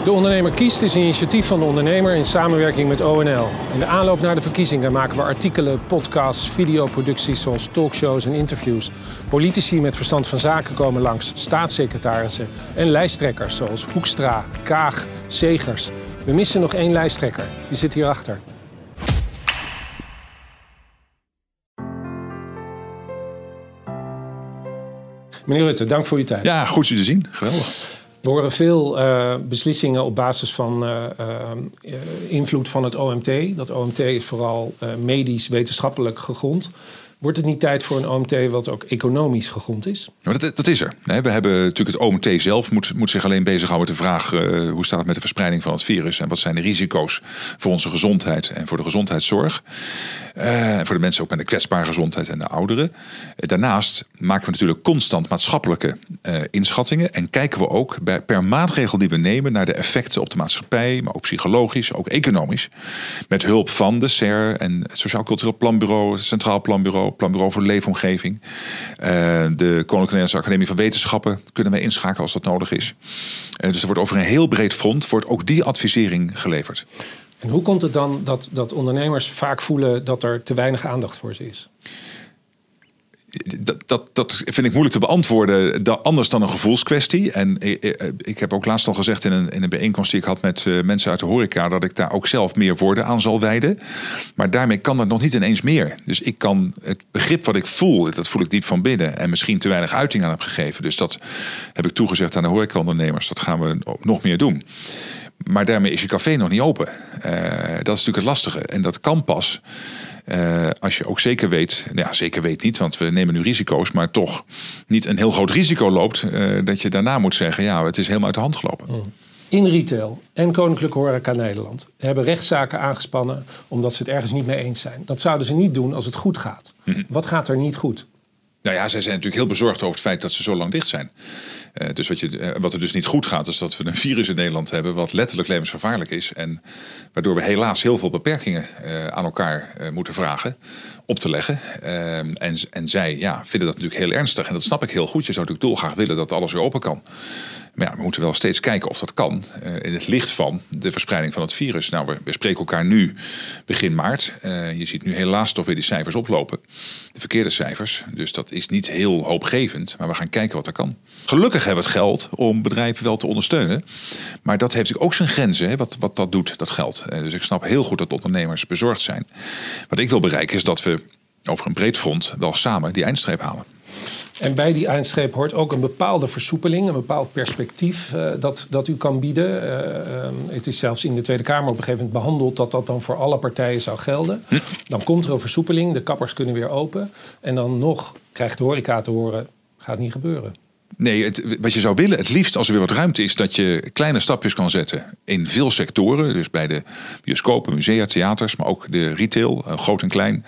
De Ondernemer kiest is een initiatief van de ondernemer in samenwerking met ONL. In de aanloop naar de verkiezingen maken we artikelen, podcasts, videoproducties zoals talkshows en interviews. Politici met verstand van zaken komen langs, staatssecretarissen en lijsttrekkers zoals Hoekstra, Kaag, Segers. We missen nog 1 lijsttrekker, die zit hierachter. Meneer Rutte, dank voor uw tijd. Ja, goed u te zien. Geweldig. We horen veel beslissingen op basis van invloed van het OMT. Dat OMT is vooral medisch wetenschappelijk gegrond. Wordt het niet tijd voor een OMT wat ook economisch gegrond is? Ja, dat is er. We hebben natuurlijk het OMT zelf moet zich alleen bezighouden met de vraag hoe staat het met de verspreiding van het virus en wat zijn de risico's voor onze gezondheid en voor de gezondheidszorg. Voor de mensen ook met een kwetsbare gezondheid en de ouderen. Daarnaast maken we natuurlijk constant maatschappelijke inschattingen en kijken we ook per maatregel die we nemen naar de effecten op de maatschappij, maar ook psychologisch, ook economisch. Met hulp van de SER en het Sociaal Cultureel Planbureau, het Centraal Planbureau, Planbureau voor de Leefomgeving. De Koninklijke Nederlandse Academie van Wetenschappen kunnen wij inschakelen als dat nodig is. Dus er wordt over een heel breed front wordt ook die advisering geleverd. En hoe komt het dan dat ondernemers vaak voelen dat er te weinig aandacht voor ze is? Dat vind ik moeilijk te beantwoorden, anders dan een gevoelskwestie. En ik heb ook laatst al gezegd in een bijeenkomst die ik had met mensen uit de horeca, dat ik daar ook zelf meer woorden aan zal wijden. Maar daarmee kan dat nog niet ineens meer. Dus ik kan het begrip wat ik voel, dat voel ik diep van binnen. En misschien te weinig uiting aan heb gegeven. Dus dat heb ik toegezegd aan de horecaondernemers. Dat gaan we nog meer doen. Maar daarmee is je café nog niet open. Dat is natuurlijk het lastige. En dat kan pas als je ook zeker weet, zeker weet niet, want we nemen nu risico's, maar toch niet een heel groot risico loopt, dat je daarna moet zeggen, ja, het is helemaal uit de hand gelopen. In retail en Koninklijke Horeca Nederland hebben rechtszaken aangespannen omdat ze het ergens niet mee eens zijn. Dat zouden ze niet doen als het goed gaat. Wat gaat er niet goed? Nou ja, zij zijn natuurlijk heel bezorgd over het feit dat ze zo lang dicht zijn. Dus wat er dus niet goed gaat, is dat we een virus in Nederland hebben wat letterlijk levensgevaarlijk is. En waardoor we helaas heel veel beperkingen aan elkaar moeten vragen, op te leggen. En zij vinden dat natuurlijk heel ernstig. En dat snap ik heel goed. Je zou natuurlijk dolgraag willen dat alles weer open kan. Maar ja, we moeten wel steeds kijken of dat kan in het licht van de verspreiding van het virus. Nou, we spreken elkaar nu begin maart. Je ziet nu helaas toch weer die cijfers oplopen. De verkeerde cijfers. Dus dat is niet heel hoopgevend. Maar we gaan kijken wat er kan. Gelukkig hebben we het geld om bedrijven wel te ondersteunen. Maar dat heeft ook zijn grenzen, wat dat doet, dat geld. Dus ik snap heel goed dat ondernemers bezorgd zijn. Wat ik wil bereiken is dat we over een breed front wel samen die eindstreep halen. En bij die eindstreep hoort ook een bepaalde versoepeling, een bepaald perspectief dat u kan bieden. Het is zelfs in de Tweede Kamer op een gegeven moment behandeld dat dan voor alle partijen zou gelden. Dan komt er een versoepeling, de kappers kunnen weer open. En dan nog krijgt de horeca te horen, gaat niet gebeuren. Nee, wat je zou willen, het liefst als er weer wat ruimte is, dat je kleine stapjes kan zetten in veel sectoren. Dus bij de bioscopen, musea, theaters, maar ook de retail, groot en klein.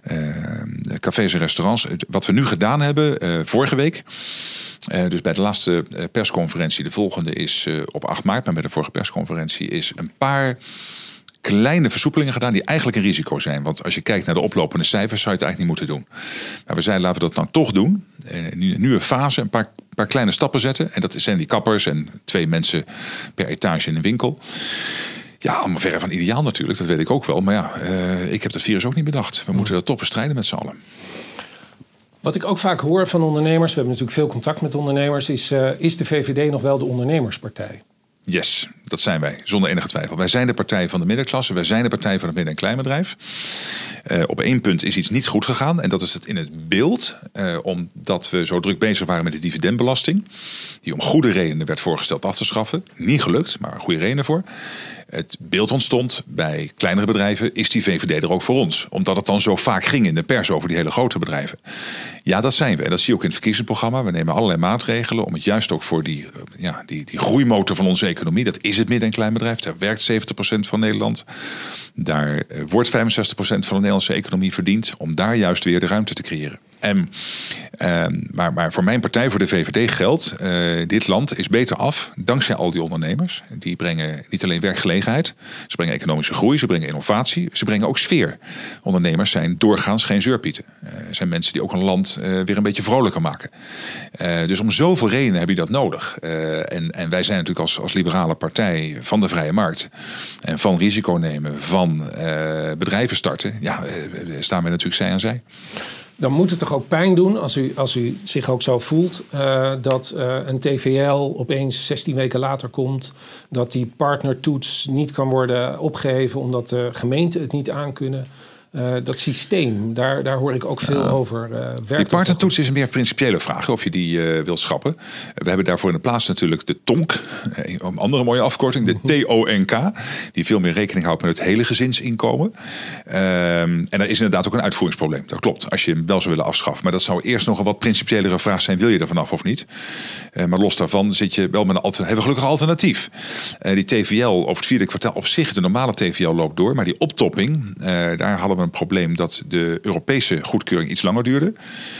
De cafés en restaurants. Wat we nu gedaan hebben, vorige week. Dus bij de laatste persconferentie, de volgende is op 8 maart. Maar bij de vorige persconferentie is een paar kleine versoepelingen gedaan die eigenlijk een risico zijn. Want als je kijkt naar de oplopende cijfers, zou je het eigenlijk niet moeten doen. Maar we zeiden, laten we dat nou toch doen. In een nieuwe fase, een paar kleine stappen zetten. En dat zijn die kappers en 2 mensen per etage in een winkel. Ja, allemaal verre van ideaal natuurlijk, dat weet ik ook wel. Maar ja, ik heb dat virus ook niet bedacht. We moeten dat toch bestrijden met z'n allen. Wat ik ook vaak hoor van ondernemers, we hebben natuurlijk veel contact met ondernemers, is de VVD nog wel de ondernemerspartij? Yes, dat zijn wij, zonder enige twijfel. Wij zijn de partij van de middenklasse. Wij zijn de partij van het midden- en kleinbedrijf. Op 1 punt is iets niet goed gegaan. En dat is het in het beeld. Omdat we zo druk bezig waren met de dividendbelasting. Die om goede redenen werd voorgesteld af te schaffen. Niet gelukt, maar een goede reden voor. Het beeld ontstond bij kleinere bedrijven, is die VVD er ook voor ons? Omdat het dan zo vaak ging in de pers over die hele grote bedrijven. Ja, dat zijn we. En dat zie je ook in het verkiezingsprogramma. We nemen allerlei maatregelen om het juist ook voor die groeimotor van onze economie. Dat is het midden- en kleinbedrijf. Daar werkt 70% van Nederland. Daar wordt 65% van de Nederlandse economie verdiend. Om daar juist weer de ruimte te creëren. En Maar voor mijn partij, voor de VVD geldt, dit land is beter af dankzij al die ondernemers. Die brengen niet alleen werkgelegenheid, ze brengen economische groei, ze brengen innovatie, ze brengen ook sfeer. Ondernemers zijn doorgaans geen zeurpieten. Zijn mensen die ook een land weer een beetje vrolijker maken. Dus om zoveel redenen heb je dat nodig. En wij zijn natuurlijk als liberale partij van de vrije markt en van risico nemen, van bedrijven starten. Ja, staan we natuurlijk zij aan zij. Dan moet het toch ook pijn doen als u zich ook zo voelt dat een TVL opeens 16 weken later komt. Dat die partnertoets niet kan worden opgeheven omdat de gemeenten het niet aankunnen. Dat systeem, daar hoor ik ook veel over. Die partnertoets is een meer principiële vraag, of je die wil schrappen. We hebben daarvoor in de plaats natuurlijk de TONK, een andere mooie afkorting, de TONK, die veel meer rekening houdt met het hele gezinsinkomen. En er is inderdaad ook een uitvoeringsprobleem, dat klopt, als je hem wel zou willen afschaffen. Maar dat zou eerst nog een wat principiëlere vraag zijn, wil je er vanaf of niet? Maar los daarvan zit je wel met hebben we gelukkig een alternatief. Die TVL over het vierde kwartaal op zich, de normale TVL loopt door, maar die optopping, daar hadden we een probleem dat de Europese goedkeuring iets langer duurde.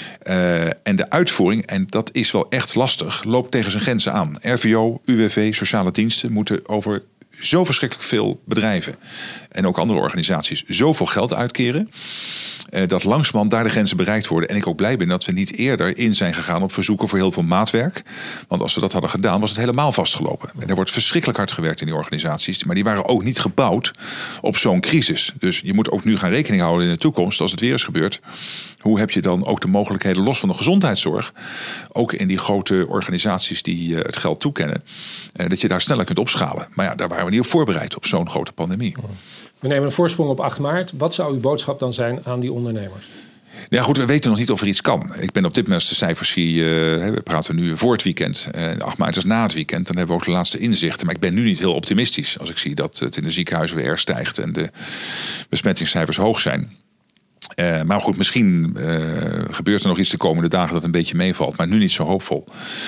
En de uitvoering, en dat is wel echt lastig, loopt tegen zijn grenzen aan. RVO, UWV, sociale diensten moeten over zo verschrikkelijk veel bedrijven en ook andere organisaties zoveel geld uitkeren, dat langzamerhand daar de grenzen bereikt worden. En ik ook blij ben dat we niet eerder in zijn gegaan op verzoeken voor heel veel maatwerk. Want als we dat hadden gedaan, was het helemaal vastgelopen. En er wordt verschrikkelijk hard gewerkt in die organisaties. Maar die waren ook niet gebouwd op zo'n crisis. Dus je moet ook nu gaan rekening houden in de toekomst, als het weer is gebeurd. Hoe heb je dan ook de mogelijkheden, los van de gezondheidszorg, ook in die grote organisaties die het geld toekennen, dat je daar sneller kunt opschalen. Maar ja, daar waren we niet op voorbereid, op zo'n grote pandemie. We nemen een voorsprong op 8 maart. Wat zou uw boodschap dan zijn aan die ondernemers? Ja goed, we weten nog niet of er iets kan. Ik ben op dit moment, de cijfers zie, we praten nu voor het weekend. 8 maart is na het weekend. Dan hebben we ook de laatste inzichten. Maar ik ben nu niet heel optimistisch als ik zie dat het in de ziekenhuizen weer erg stijgt en de besmettingscijfers hoog zijn. Maar goed, misschien gebeurt er nog iets de komende dagen dat een beetje meevalt. Maar nu niet zo hoopvol.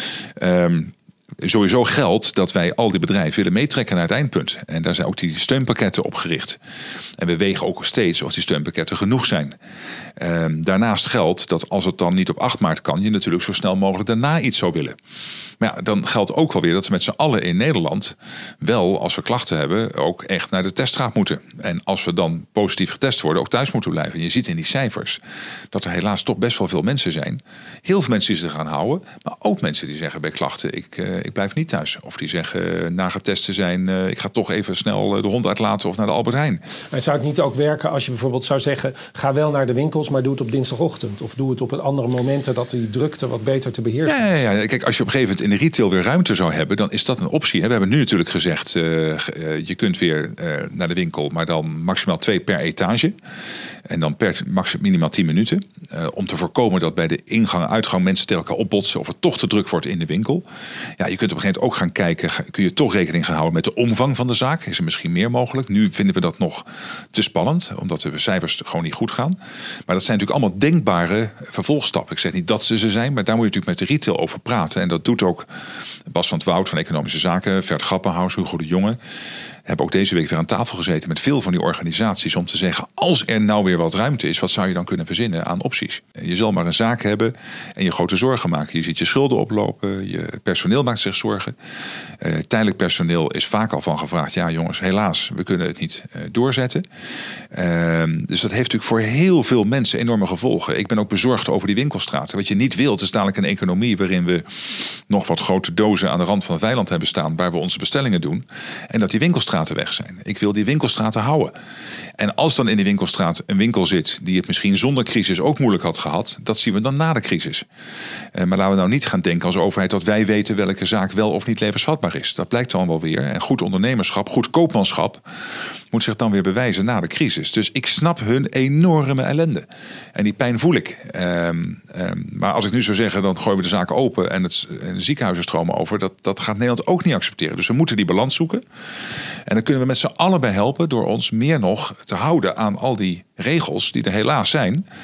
Sowieso geldt dat wij al die bedrijven willen meetrekken naar het eindpunt. En daar zijn ook die steunpakketten op gericht. En we wegen ook steeds of die steunpakketten genoeg zijn. Daarnaast geldt dat als het dan niet op 8 maart kan, je natuurlijk zo snel mogelijk daarna iets zou willen. Maar ja, dan geldt ook wel weer dat we met z'n allen in Nederland wel, als we klachten hebben, ook echt naar de teststraat moeten. En als we dan positief getest worden, ook thuis moeten blijven. En je ziet in die cijfers dat er helaas toch best wel veel mensen zijn. Heel veel mensen die zich gaan houden. Maar ook mensen die zeggen bij klachten, ik blijf niet thuis. Of die zeggen, na getest te zijn, ik ga toch even snel de hond uitlaten of naar de Albert Heijn. Maar zou het niet ook werken als je bijvoorbeeld zou zeggen, ga wel naar de winkels, maar doe het op dinsdagochtend? Of doe het op andere momenten dat die drukte wat beter te beheersen? Ja. Kijk, als je op een gegeven moment in de retail weer ruimte zou hebben, dan is dat een optie. We hebben nu natuurlijk gezegd, je kunt weer naar de winkel, maar dan maximaal 2 per etage. En dan minimaal 10 minuten. Om te voorkomen dat bij de ingang en uitgang mensen tegen elkaar opbotsen of het toch te druk wordt in de winkel. Ja, je kunt op een gegeven moment ook gaan kijken, kun je toch rekening gaan houden met de omvang van de zaak? Is er misschien meer mogelijk? Nu vinden we dat nog te spannend, omdat de cijfers gewoon niet goed gaan. Maar dat zijn natuurlijk allemaal denkbare vervolgstappen. Ik zeg niet dat ze zijn, maar daar moet je natuurlijk met de retail over praten. En dat doet ook Bas van 't Woud van Economische Zaken, Vert Grappenhaus, Hugo de Jonge. Hebben ook deze week weer aan tafel gezeten met veel van die organisaties om te zeggen, als er nou weer wat ruimte is, wat zou je dan kunnen verzinnen aan opties? Je zal maar een zaak hebben en je grote zorgen maken. Je ziet je schulden oplopen, je personeel maakt zich zorgen. Tijdelijk personeel is vaak al van gevraagd, ja jongens, helaas, we kunnen het niet doorzetten. Dus dat heeft natuurlijk voor heel veel mensen enorme gevolgen. Ik ben ook bezorgd over die winkelstraten. Wat je niet wilt is dadelijk een economie waarin we nog wat grote dozen aan de rand van het weiland hebben staan, waar we onze bestellingen doen. En dat die winkelstraten weg zijn. Ik wil die winkelstraten houden. En als dan in die winkelstraat een winkel zit die het misschien zonder crisis ook moeilijk had gehad, dat zien we dan na de crisis. Maar laten we nou niet gaan denken als overheid dat wij weten welke zaak wel of niet levensvatbaar is. Dat blijkt dan wel weer. En goed ondernemerschap, goed koopmanschap moet zich dan weer bewijzen na de crisis. Dus ik snap hun enorme ellende. En die pijn voel ik. Maar als ik nu zou zeggen, dan gooien we de zaken open en de ziekenhuizen stromen over. Dat gaat Nederland ook niet accepteren. Dus we moeten die balans zoeken. En dan kunnen we met z'n allen bij helpen door ons meer nog te houden aan al die regels die er helaas zijn.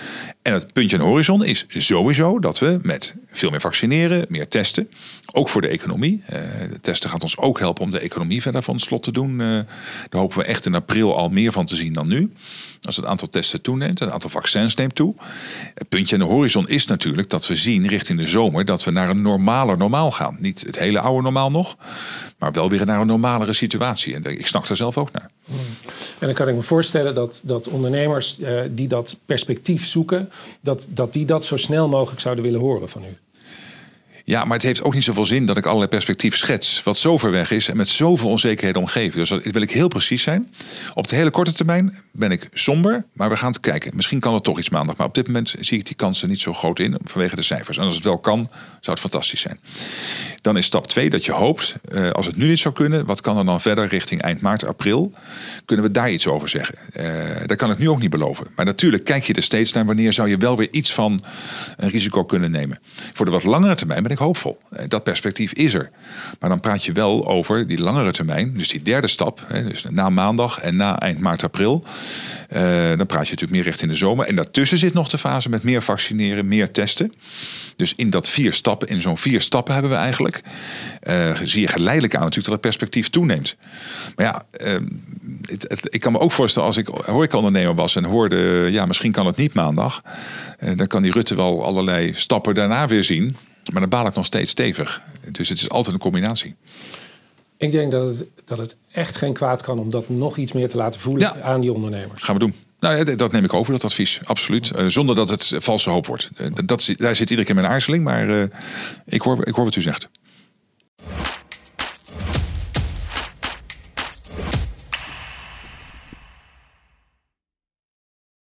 En het puntje aan de horizon is sowieso dat we met veel meer vaccineren, meer testen, ook voor de economie. De testen gaat ons ook helpen om de economie verder van het slot te doen. Daar hopen we echt in april al meer van te zien dan nu. Als het aantal testen toeneemt, het aantal vaccins neemt toe. Het puntje aan de horizon is natuurlijk dat we zien richting de zomer dat we naar een normaler normaal gaan. Niet het hele oude normaal nog, maar wel weer naar een normalere situatie. En ik snak daar zelf ook naar. En dan kan ik me voorstellen dat ondernemers die dat perspectief zoeken, dat die dat zo snel mogelijk zouden willen horen van u. Ja, maar het heeft ook niet zoveel zin dat ik allerlei perspectief schets wat zo ver weg is en met zoveel onzekerheden omgeven. Dus dat wil ik heel precies zijn. Op de hele korte termijn ben ik somber, maar we gaan het kijken. Misschien kan het toch iets maandag, maar op dit moment zie ik die kansen niet zo groot in vanwege de cijfers. En als het wel kan, zou het fantastisch zijn. Dan is stap 2 dat je hoopt, als het nu niet zou kunnen, wat kan er dan verder richting eind maart, april? Kunnen we daar iets over zeggen? Dat kan ik nu ook niet beloven. Maar natuurlijk kijk je er steeds naar wanneer zou je wel weer iets van een risico kunnen nemen. Voor de wat langere termijn ben ik hoopvol. Dat perspectief is er. Maar dan praat je wel over die langere termijn, dus die derde stap, dus na maandag en na eind maart, april. Dan praat je natuurlijk meer richting de zomer. En daartussen zit nog de fase met meer vaccineren, meer testen. Dus in zo'n 4 stappen hebben we eigenlijk. Zie je geleidelijk aan natuurlijk dat het perspectief toeneemt. Maar ja, ik kan me ook voorstellen als ik horecaondernemer was en hoorde, ja, misschien kan het niet maandag. Dan kan die Rutte wel allerlei stappen daarna weer zien. Maar dan baal ik nog steeds stevig. Dus het is altijd een combinatie. Ik denk dat het echt geen kwaad kan om dat nog iets meer te laten voelen aan die ondernemers. Gaan we doen. Nou ja, dat neem ik over, dat advies. Absoluut. Zonder dat het valse hoop wordt. Daar zit iedere keer mijn aarzeling. Maar ik hoor wat u zegt.